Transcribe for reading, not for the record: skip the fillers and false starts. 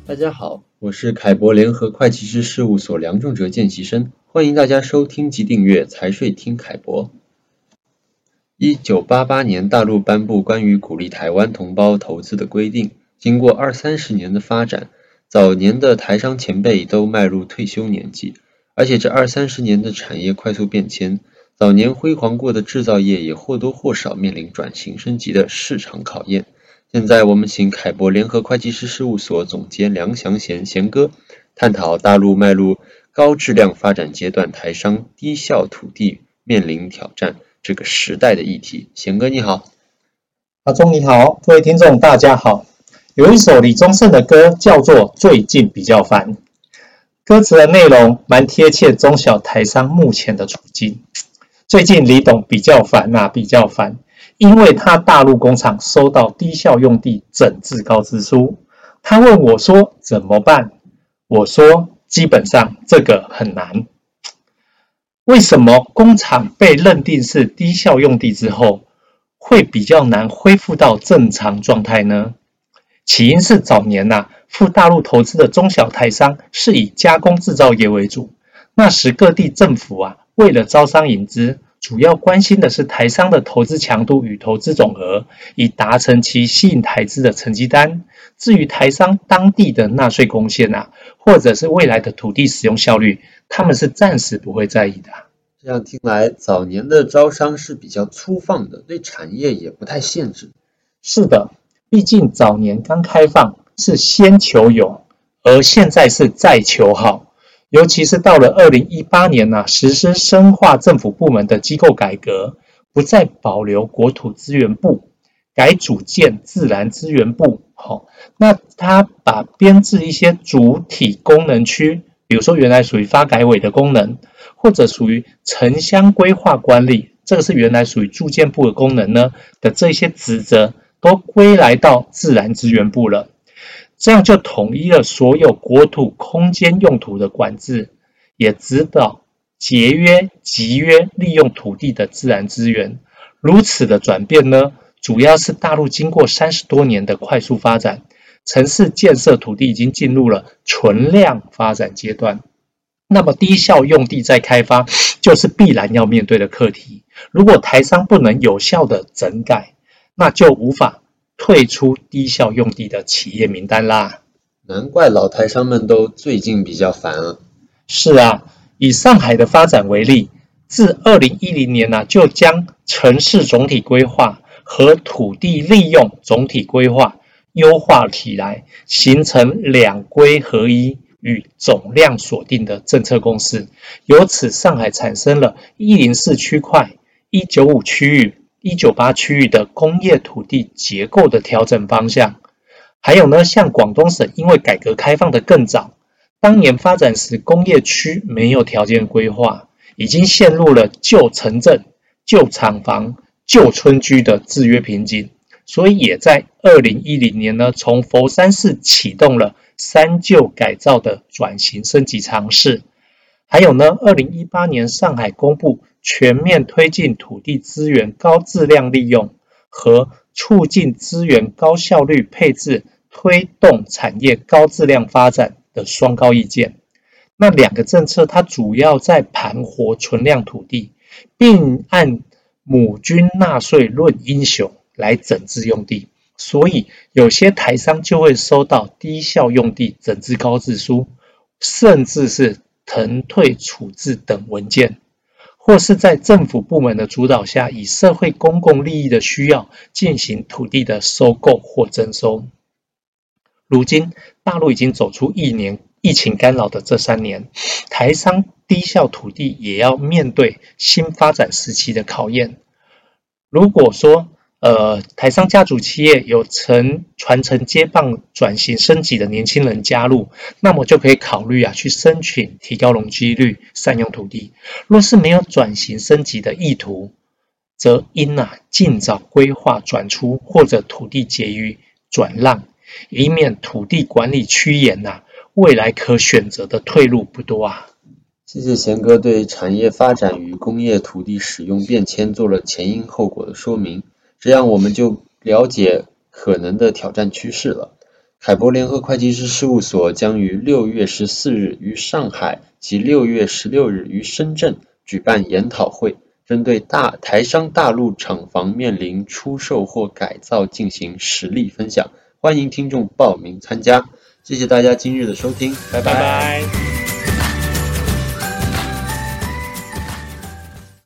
大家好，我是凯博联合会计师事务所梁仲哲见习生，欢迎大家收听及订阅财税听凯博。1988年大陆颁布关于鼓励台湾同胞投资的规定，经过20-30年的发展，早年的台商前辈都迈入退休年纪，而且这20-30年的产业快速变迁，早年辉煌过的制造业也或多或少面临转型升级的市场考验。现在我们请凯博联合会计师事务所总监梁祥贤哥探讨大陆迈入高质量发展阶段，台商低效土地面临挑战这个时代的议题。贤哥你好。 阿忠你好，各位听众大家好。有一首李宗盛的歌叫做《最近比较烦》，歌词的内容蛮贴切中小台商目前的处境。最近李董比较烦比较烦，因为他大陆工厂收到低效用地整治告知书，他问我说怎么办？我说基本上这个很难。为什么工厂被认定是低效用地之后，会比较难恢复到正常状态呢？起因是早年赴大陆投资的中小台商是以加工制造业为主，那时各地政府为了招商引资，主要关心的是台商的投资强度与投资总额，以达成其吸引台资的成绩单。至于台商当地的纳税贡献或者是未来的土地使用效率，他们是暂时不会在意的。 这样听来，早年的招商是比较粗放的，对产业也不太限制。 是的，毕竟早年刚开放是先求有，而现在是再求好。尤其是到了2018年实施深化政府部门的机构改革，不再保留国土资源部，改组建自然资源部。那他把编制一些主体功能区，比如说原来属于发改委的功能，或者属于城乡规划管理，这个是原来属于住建部的功能的这些职责，都归来到自然资源部了。这样就统一了所有国土空间用途的管制，也指导节约、集约利用土地的自然资源。如此的转变呢，主要是大陆经过30多年的快速发展，城市建设土地已经进入了存量发展阶段。那么低效用地再开发，就是必然要面对的课题。如果台商不能有效的整改，那就无法退出低效用地的企业名单啦。 难怪老台商们都最近比较烦了。 是以上海的发展为例，自2010年就将城市总体规划和土地利用总体规划优化起来，形成两规合一与总量锁定的政策共识。由此上海产生了104区块、195区域、198区域的工业土地结构的调整方向。还有呢，像广东省因为改革开放的更早，当年发展时工业区没有条件规划，已经陷入了旧城镇、旧厂房、旧村居的制约瓶颈，所以也在2010年呢，从佛山市启动了三旧改造的转型升级尝试。还有呢，2018年上海公布全面推进土地资源高质量利用和促进资源高效率配置，推动产业高质量发展的双高意见。那两个政策它主要在盘活存量土地，并按母均纳税论英雄来整治用地，所以有些台商就会收到低效用地整治告知书，甚至是腾退处置等文件，或是在政府部门的主导下，以社会公共利益的需要进行土地的收购或征收。如今大陆已经走出疫情干扰的这3年，台商低效土地也要面对新发展时期的考验。如果说台商家族企业有传承接棒转型升级的年轻人加入，那么就可以考虑去申请提高容积率，善用土地。若是没有转型升级的意图，则应尽早规划转出或者土地结余转让，以免土地管理趋严未来可选择的退路不多谢谢贤哥对产业发展与工业土地使用变迁做了前因后果的说明，这样我们就了解可能的挑战趋势了。 凯博联合会计师事务所将于6月14日于上海及6月16日于深圳举办研讨会，针对台商大陆厂房面临出售或改造进行实例分享，欢迎听众报名参加。谢谢大家今日的收听，拜拜。